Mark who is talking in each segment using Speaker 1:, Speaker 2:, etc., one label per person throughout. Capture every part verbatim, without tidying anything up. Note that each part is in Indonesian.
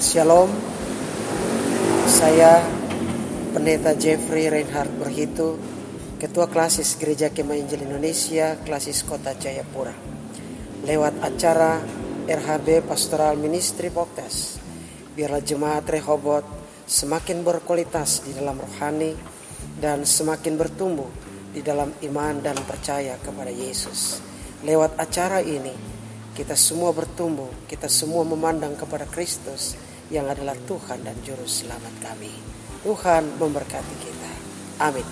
Speaker 1: Shalom, saya Pendeta Jeffrey Reinhard Berhitu, Ketua Klasis Gereja Kemah Injil Indonesia, Klasis Kota Jayapura. Lewat acara R H B Pastoral Ministry Podcast, biarlah jemaat Rehoboth semakin berkualitas di dalam rohani dan semakin bertumbuh di dalam iman dan percaya kepada Yesus. Lewat acara ini, kita semua bertumbuh, kita semua memandang kepada Kristus yang adalah Tuhan dan Juru Selamat kami. Tuhan memberkati kita. Amin.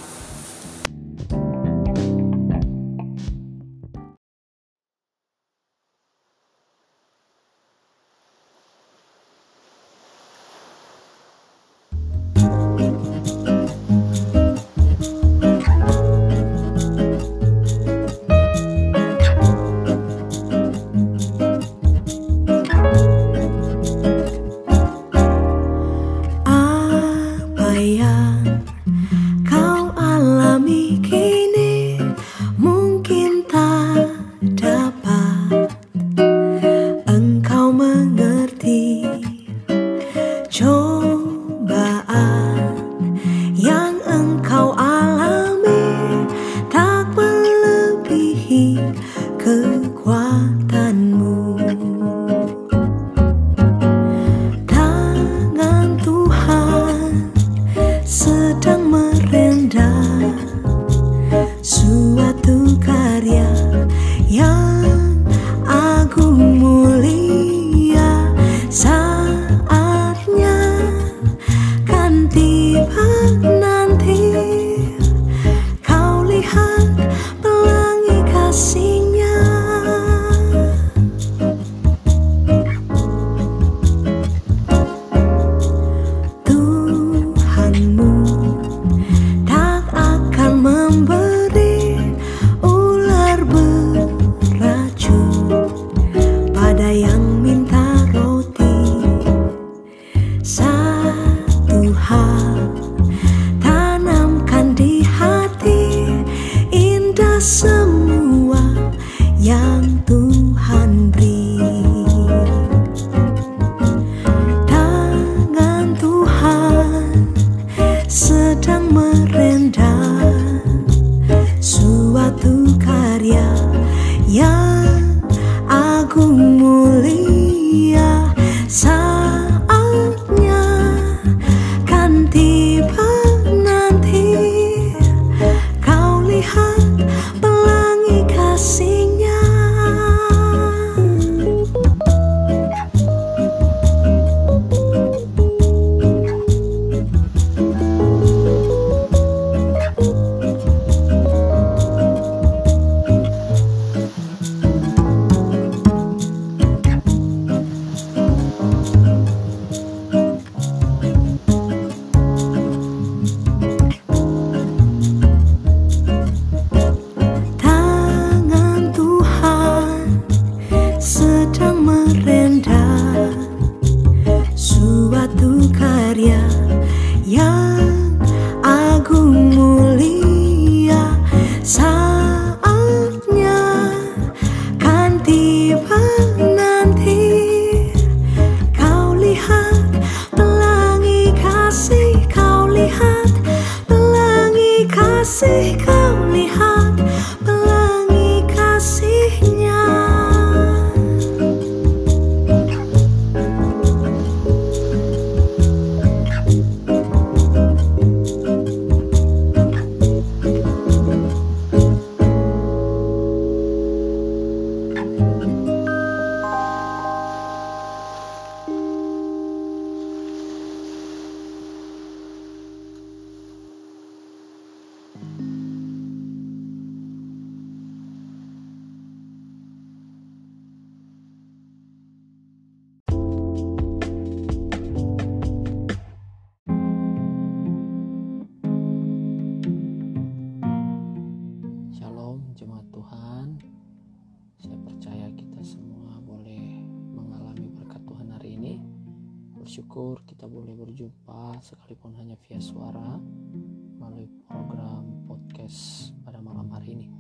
Speaker 2: Bersyukur kita boleh berjumpa sekalipun hanya via suara melalui program podcast pada malam hari ini.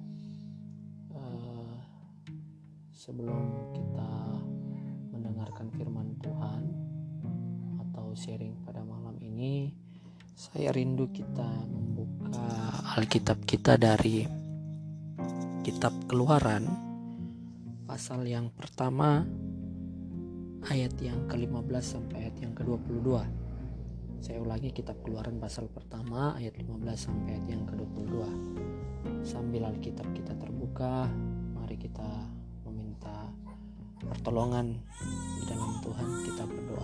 Speaker 2: Uh, sebelum kita mendengarkan firman Tuhan, atau sharing pada malam ini, saya rindu kita membuka Alkitab kita dari Kitab Keluaran pasal yang pertama ayat yang ke lima belas sampai ayat yang ke dua puluh dua. Saya ulangi, Kitab Keluaran pasal pertama ayat lima belas sampai ayat yang ke dua puluh dua. Sambil Alkitab kita terbuka, mari kita meminta pertolongan di dalam Tuhan. Kita berdoa.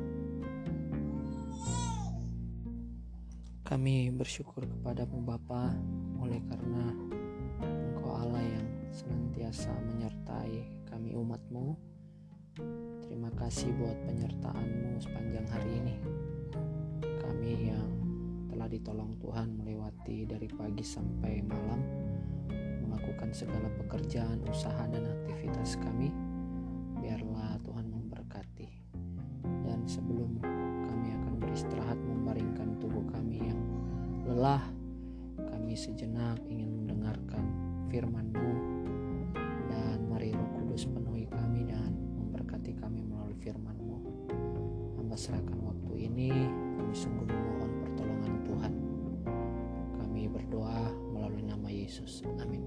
Speaker 2: Kami bersyukur kepadamu Bapa, oleh karena Engkau Allah yang senantiasa menyertai kami umat-Mu. Terima kasih buat penyertaan-Mu sepanjang hari ini. Kami yang telah ditolong Tuhan melewati dari pagi sampai malam, melakukan segala pekerjaan, usaha dan aktivitas kami. Biarlah Tuhan memberkati. Dan sebelum kami akan beristirahat membaringkan tubuh kami yang lelah, kami sejenak ingin mendengarkan firman-Mu. Dan mari Roh Kudus penuhi kami dan memberkati kami melalui firman-Mu. Hamba serahkan waktu ini, kami sungguh memohon pertolongan Tuhan. Kami berdoa melalui nama Yesus. Amin.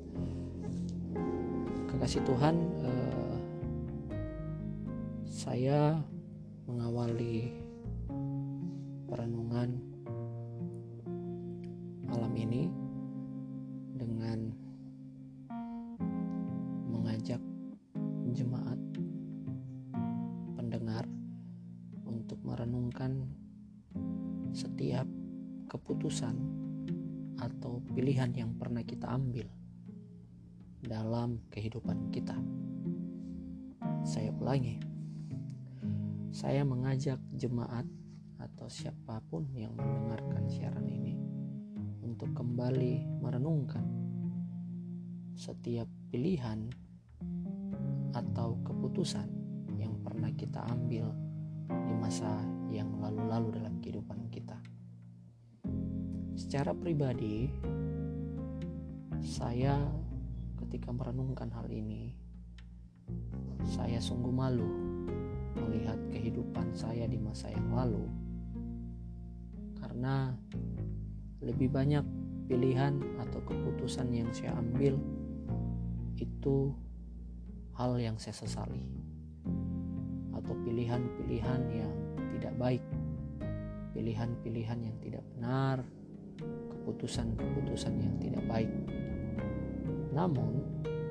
Speaker 2: Kekasih Tuhan, eh, saya mengawali perenungan malam ini dengan mengajak jemaat pendengar untuk merenungkan setiap keputusan atau pilihan yang pernah kita ambil dalam kehidupan kita. Saya ulangi, saya mengajak jemaat atau siapapun yang mendengarkan siaran ini untuk kembali merenungkan setiap pilihan atau keputusan yang pernah kita ambil di masa yang lalu-lalu dalam kehidupan kita. Secara pribadi, saya ketika merenungkan hal ini, saya sungguh malu melihat kehidupan saya di masa yang lalu, karena lebih banyak pilihan atau keputusan yang saya ambil itu hal yang saya sesali, atau pilihan-pilihan yang tidak baik, pilihan-pilihan yang tidak benar, keputusan-keputusan yang tidak baik. Namun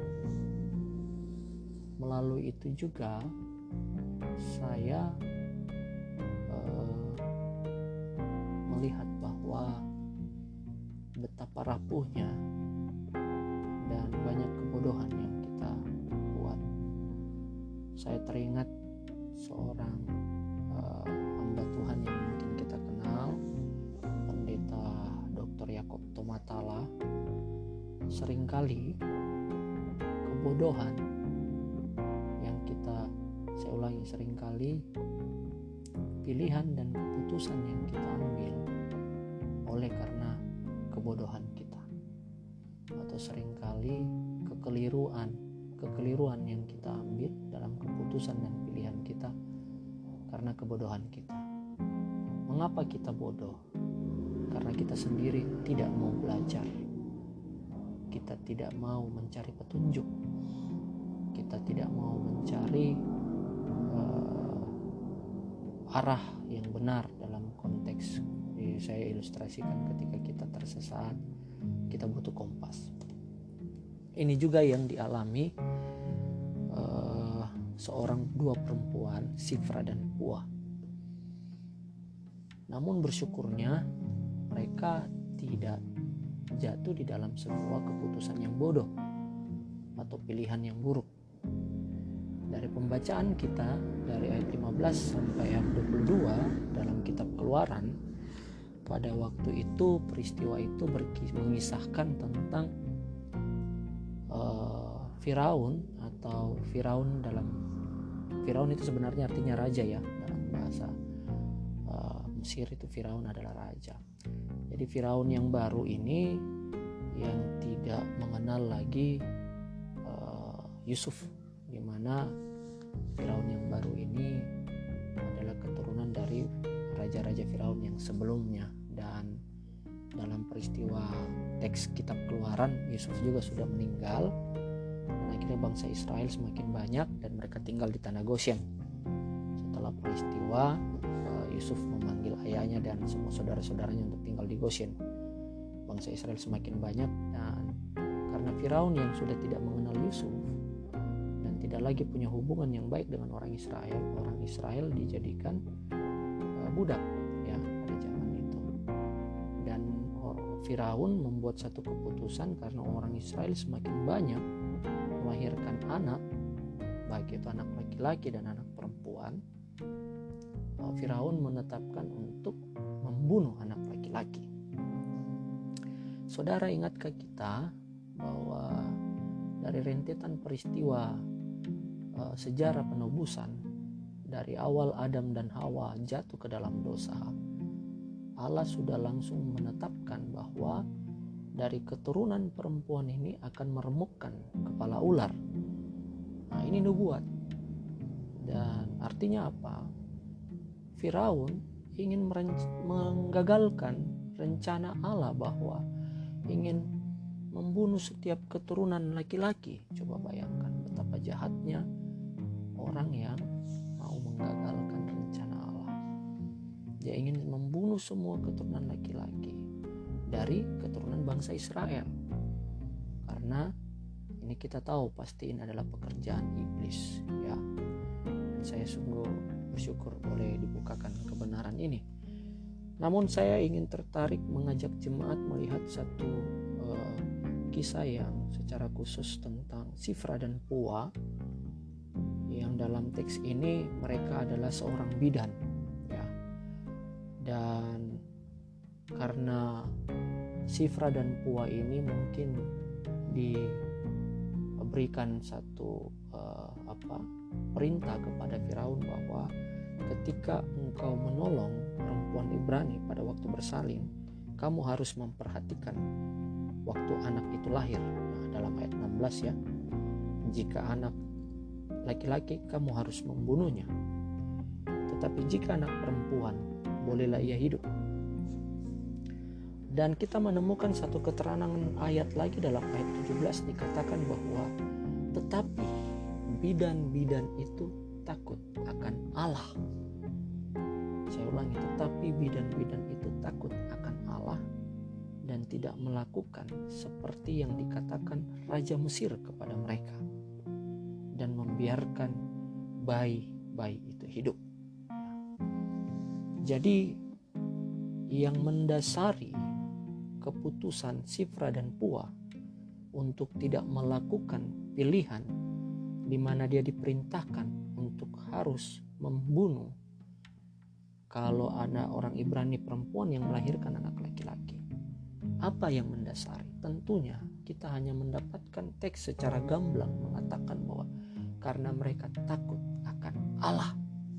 Speaker 2: melalui itu juga saya eh, melihat bahwa betapa rapuhnya dan banyak kebodohan yang kita buat. Saya teringat seorang uh, hamba Tuhan yang mungkin kita kenal, Pendeta doktor Yakob Tomatala. Seringkali kebodohan yang kita, saya ulangi, seringkali pilihan dan keputusan yang kita ambil oleh karena kebodohan kita, atau seringkali kekeliruan kekeliruan yang kita ambil dalam keputusan dan pilihan kita karena kebodohan kita. Mengapa kita bodoh? Karena kita sendiri tidak mau belajar, kita tidak mau mencari petunjuk, kita tidak mau mencari uh, arah yang benar dalam konteks. Jadi saya ilustrasikan ketika kita tersesat, kita butuh kompas. Ini juga yang dialami uh, seorang dua perempuan, Sifra dan Pua. Namun bersyukurnya mereka tidak jatuh di dalam sebuah keputusan yang bodoh atau pilihan yang buruk. Dari pembacaan kita dari ayat lima belas sampai ayat dua puluh dua dalam Kitab Keluaran, pada waktu itu peristiwa itu berkis- mengisahkan tentang uh, Firaun atau Firaun dalam Firaun itu sebenarnya artinya raja ya, dalam bahasa uh, Mesir itu Firaun adalah raja. Jadi Firaun yang baru ini yang tidak mengenal lagi uh, Yusuf, di mana Firaun yang baru ini adalah keturunan dari raja-raja Firaun yang sebelumnya. Dan dalam peristiwa teks kitab Keluaran, Yusuf juga sudah meninggal, dan akhirnya bangsa Israel semakin banyak dan mereka tinggal di tanah Goshen. Setelah peristiwa, Yusuf memanggil ayahnya dan semua saudara-saudaranya untuk tinggal di Goshen. Bangsa Israel semakin banyak, dan karena Firaun yang sudah tidak mengenal Yusuf dan tidak lagi punya hubungan yang baik dengan orang Israel, orang Israel dijadikan uh, budak ya pada zaman itu. Dan oh, Firaun membuat satu keputusan, karena orang Israel semakin banyak melahirkan anak, baik itu anak laki-laki dan anak perempuan, uh, Firaun menetapkan untuk membunuh anak laki-laki. Saudara, ingatkah kita bahwa dari rentetan peristiwa uh, sejarah penebusan, dari awal Adam dan Hawa jatuh ke dalam dosa, Allah sudah langsung menetapkan bahwa dari keturunan perempuan ini akan meremukkan kepala ular. Nah, ini nubuat. Dan artinya apa? Firaun ingin merenc- menggagalkan rencana Allah bahwa ingin membunuh setiap keturunan laki-laki. Coba bayangkan betapa jahatnya orang yang mau menggagalkan rencana Allah. Dia ingin membunuh semua keturunan laki-laki dari keturunan bangsa Israel. Karena ini kita tahu pasti ini adalah pekerjaan iblis, ya. Dan saya sungguh bersyukur boleh dibukakan kebenaran ini. Namun saya ingin tertarik mengajak jemaat melihat satu uh, kisah yang secara khusus tentang Sifra dan Pua, yang dalam teks ini mereka adalah seorang bidan, ya. Dan karena Sifra dan Pua ini mungkin diberikan satu uh, apa perintah kepada Firaun bahwa ketika engkau menolong perempuan Ibrani pada waktu bersalin, kamu harus memperhatikan waktu anak itu lahir. Nah, dalam ayat enam belas ya, jika anak laki-laki kamu harus membunuhnya, tetapi jika anak perempuan bolehlah ia hidup. Dan kita menemukan satu keterangan ayat lagi dalam ayat tujuh belas, dikatakan bahwa tetapi bidan-bidan itu takut akan Allah. Saya ulangi, tetapi bidan-bidan itu takut akan Allah dan tidak melakukan seperti yang dikatakan Raja Mesir kepada mereka, dan membiarkan bayi-bayi itu hidup. Jadi yang mendasari keputusan Sifra dan Pua untuk tidak melakukan pilihan di mana dia diperintahkan untuk harus membunuh kalau ada orang Ibrani perempuan yang melahirkan anak laki-laki. Apa yang mendasari? Tentunya kita hanya mendapatkan teks secara gamblang mengatakan bahwa karena mereka takut akan Allah.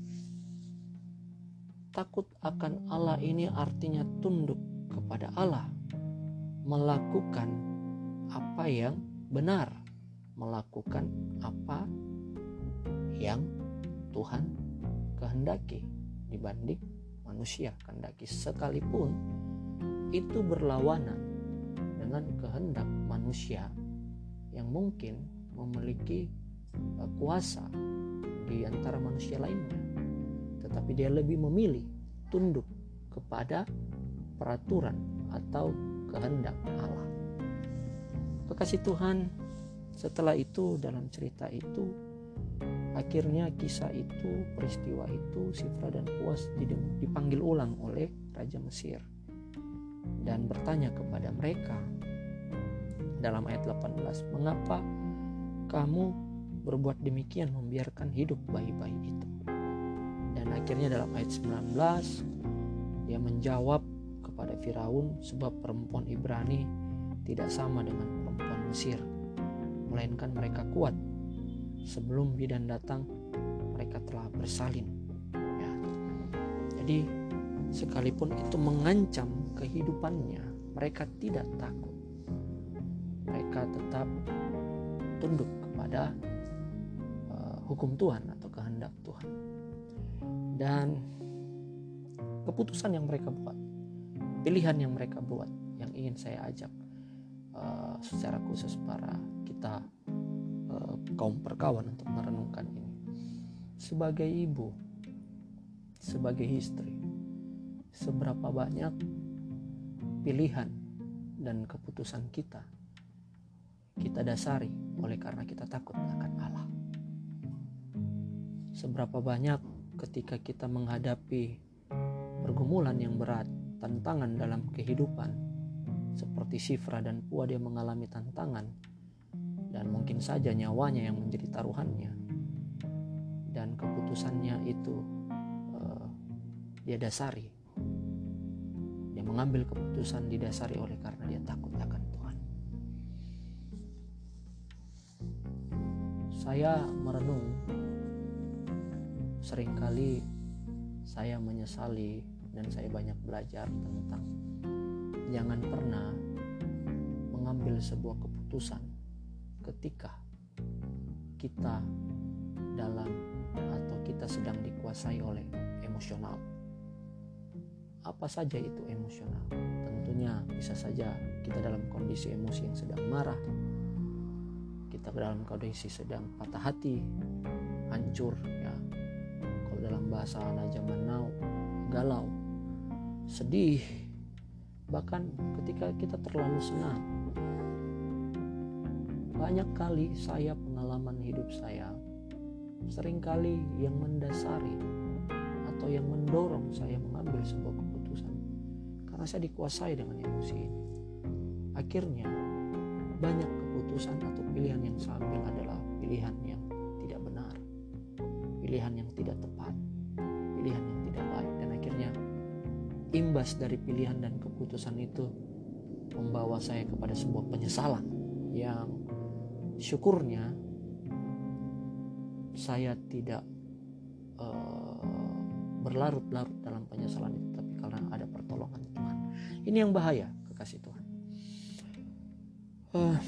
Speaker 2: Takut akan Allah ini artinya tunduk kepada Allah, melakukan apa yang benar, melakukan apa yang Tuhan kehendaki dibanding manusia kehendaki, sekalipun itu berlawanan dengan kehendak manusia yang mungkin memiliki uh, kuasa di antara manusia lainnya, tetapi dia lebih memilih tunduk kepada peraturan atau kehendak Allah. Kekasih Tuhan, setelah itu dalam cerita itu akhirnya kisah itu, peristiwa itu, Sifra dan Pua dipanggil ulang oleh Raja Mesir dan bertanya kepada mereka dalam ayat delapan belas, mengapa kamu berbuat demikian, membiarkan hidup bayi-bayi itu? Dan akhirnya dalam ayat sembilan belas dia menjawab kepada Firaun, sebab perempuan Ibrani tidak sama dengan perempuan Mesir, melainkan mereka kuat. Sebelum bidan datang, mereka telah bersalin. Ya. Jadi sekalipun itu mengancam kehidupannya, mereka tidak takut. Mereka tetap tunduk kepada uh, hukum Tuhan atau kehendak Tuhan. Dan keputusan yang mereka buat, pilihan yang mereka buat, yang ingin saya ajak uh, secara khusus para kita uh, kaum perkawan untuk merenungkan ini. Sebagai ibu, sebagai istri, seberapa banyak pilihan dan keputusan kita kita dasari oleh karena kita takut akan Allah. Seberapa banyak ketika kita menghadapi pergumulan yang berat, tantangan dalam kehidupan, seperti Shifra dan Pua, dia mengalami tantangan dan mungkin saja nyawanya yang menjadi taruhannya, dan keputusannya itu uh, dia dasari, dia mengambil keputusan didasari oleh karena dia takut akan Tuhan. Saya merenung, seringkali saya menyesali dan saya banyak belajar tentang jangan pernah mengambil sebuah keputusan ketika kita dalam atau kita sedang dikuasai oleh emosional. Apa saja itu emosional? Tentunya bisa saja kita dalam kondisi emosi yang sedang marah, kita dalam kondisi sedang patah hati, hancur ya. Kalau dalam bahasa anak zaman now, galau, sedih, bahkan ketika kita terlalu senang. Banyak kali saya pengalaman hidup saya, seringkali yang mendasari atau yang mendorong saya mengambil sebuah keputusan karena saya dikuasai dengan emosi ini. Akhirnya banyak keputusan atau pilihan yang saya ambil adalah pilihan yang tidak benar, pilihan yang tidak tepat, pilihan yang tidak baik, dan akhirnya imbas dari pilihan dan keputusan itu membawa saya kepada sebuah penyesalan yang syukurnya saya tidak uh, berlarut-larut dalam penyesalan itu, tapi karena ada pertolongan Tuhan. Ini yang bahaya, kekasih Tuhan. Uh,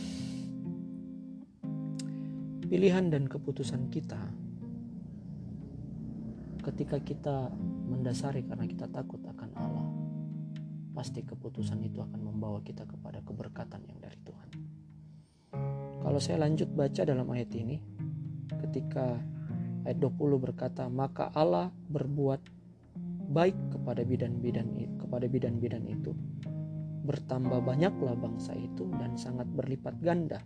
Speaker 2: pilihan dan keputusan kita ketika kita mendasari karena kita takut akan Allah, pasti keputusan itu akan membawa kita kepada keberkatan yang dari Tuhan. Kalau saya lanjut baca dalam ayat ini, ketika ayat dua puluh berkata, maka Allah berbuat baik kepada bidan-bidan kepada bidan-bidan itu, bertambah banyaklah bangsa itu dan sangat berlipat ganda.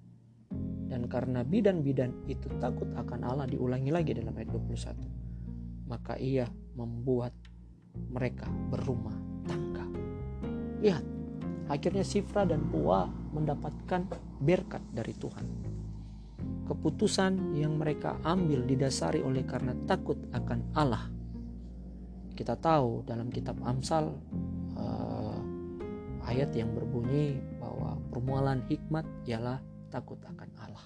Speaker 2: Dan karena bidan-bidan itu takut akan Allah, diulangi lagi dalam ayat dua puluh satu, maka ia membuat mereka berumah tangga. Lihat, akhirnya Shifra dan Pua mendapatkan berkat dari Tuhan. Keputusan yang mereka ambil didasari oleh karena takut akan Allah. Kita tahu dalam kitab Amsal uh, ayat yang berbunyi bahwa permulaan hikmat ialah takut akan Allah.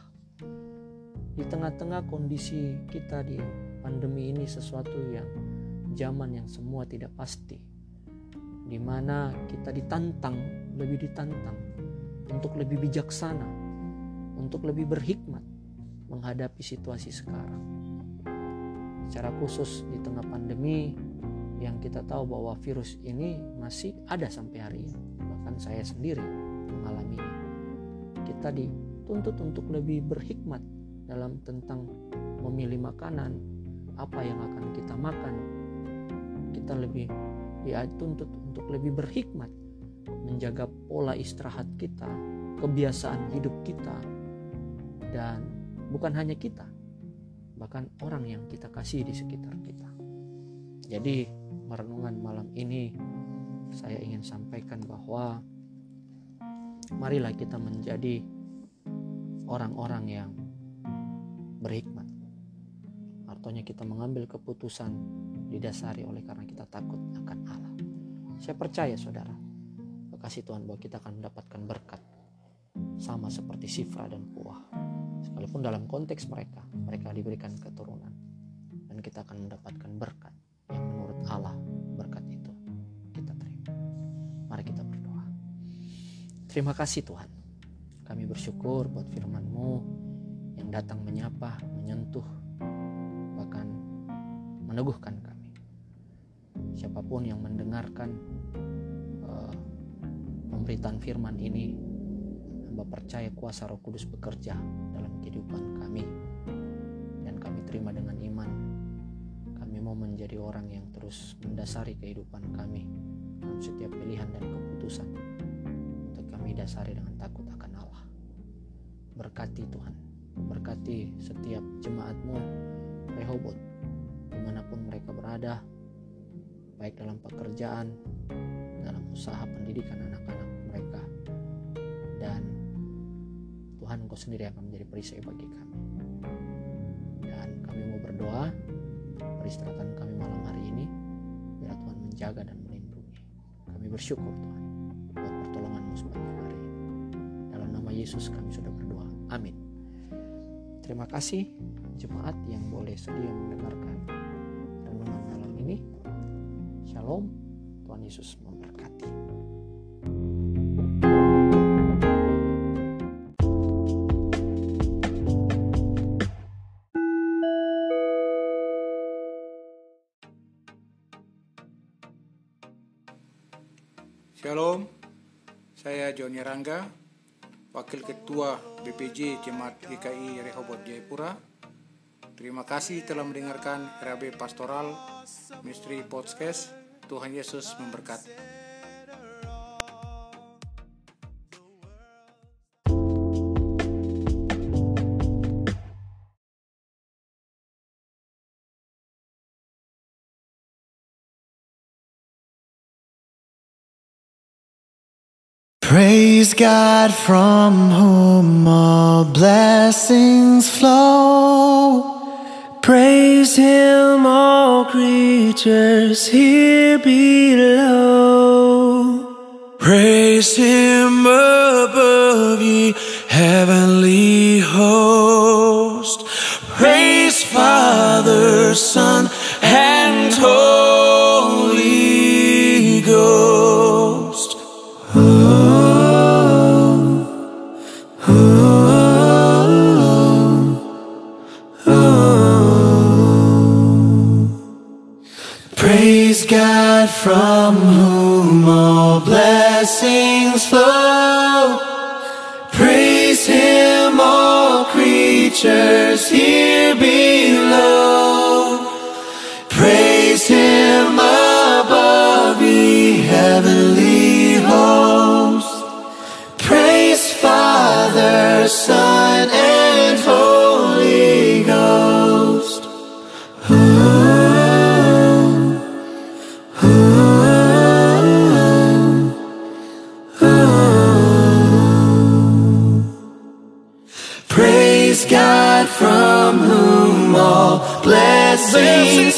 Speaker 2: Di tengah-tengah kondisi kita di pandemi ini, sesuatu yang zaman yang semua tidak pasti, di mana kita ditantang, lebih ditantang untuk lebih bijaksana, untuk lebih berhikmat menghadapi situasi sekarang. Secara khusus di tengah pandemi yang kita tahu bahwa virus ini masih ada sampai hari ini, bahkan saya sendiri mengalaminya. Kita dituntut untuk lebih berhikmat dalam tentang memilih makanan, apa yang akan kita makan. Kita lebih dituntut untuk lebih berhikmat menjaga pola istirahat kita, kebiasaan hidup kita, dan bukan hanya kita, bahkan orang yang kita kasih di sekitar kita. Jadi merenungan malam ini saya ingin sampaikan bahwa marilah kita menjadi orang-orang yang berhikmat. Artinya kita mengambil keputusan didasari oleh karena kita takut akan Allah. Saya percaya saudara, kasih Tuhan, bahwa kita akan mendapatkan berkat sama seperti Shifra dan Pua. Sekalipun dalam konteks mereka, mereka diberikan keturunan, dan kita akan mendapatkan berkat yang menurut Allah berkat itu kita terima. Mari kita berdoa. Terima kasih Tuhan, kami bersyukur buat firman-Mu yang datang menyapa, menyentuh, bahkan meneguhkan kami. siapapun yang mendengarkan uh, pemberitaan firman ini, hamba percaya kuasa Roh Kudus bekerja dalam kehidupan kami, dan kami terima dengan iman. Kami mau menjadi orang yang terus mendasari kehidupan kami dalam setiap pilihan dan keputusan, untuk kami dasari dengan takut akan Allah. Berkati Tuhan, berkati setiap jemaat-Mu Rehoboth dimanapun mereka berada, baik dalam pekerjaan, dalam usaha pendidikan anak-anak mereka, dan Tuhan Engkau sendiri akan menjadi perisai bagi kami. Dan kami mau berdoa peristirahatan kami malam hari ini, biar Tuhan menjaga dan melindungi. Kami bersyukur Tuhan buat pertolongan-Mu sepanjang hari ini. Dalam nama Yesus kami sudah berdoa, amin. Terima kasih jemaat yang boleh sedia mendengarkan renungan malam ini. Shalom, Tuhan Yesus memberkati.
Speaker 3: Shalom, saya Joni Rangga, Wakil Ketua B P J Jemaat G K I Rehoboth Jayapura. Terima kasih telah mendengarkan R A B Pastoral Ministry Podcast. Tuhan Yesus memberkati.
Speaker 4: Praise God from whom all blessings flow. Praise Him, all creatures here below. Praise Him above, ye heavenly host. Praise Father, Son, and Holy Ghost. Praise God from whom all blessings flow. Praise Him, all creatures here below. Praise Him above, ye heavenly hosts. Praise Father, Son, and Holy Ghost. Praise God from whom all blessings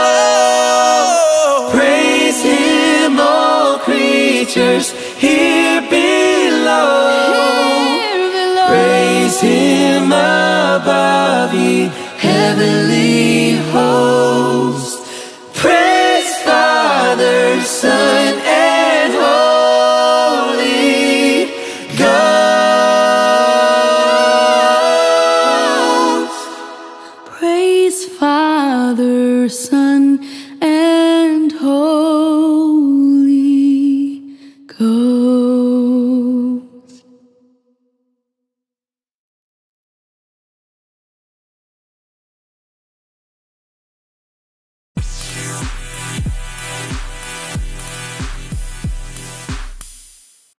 Speaker 4: flow. Praise Him, all creatures here below. Praise Him above, ye heavenly hosts. Praise Father, Son, and Holy Ghost.
Speaker 5: Praise Father, Son,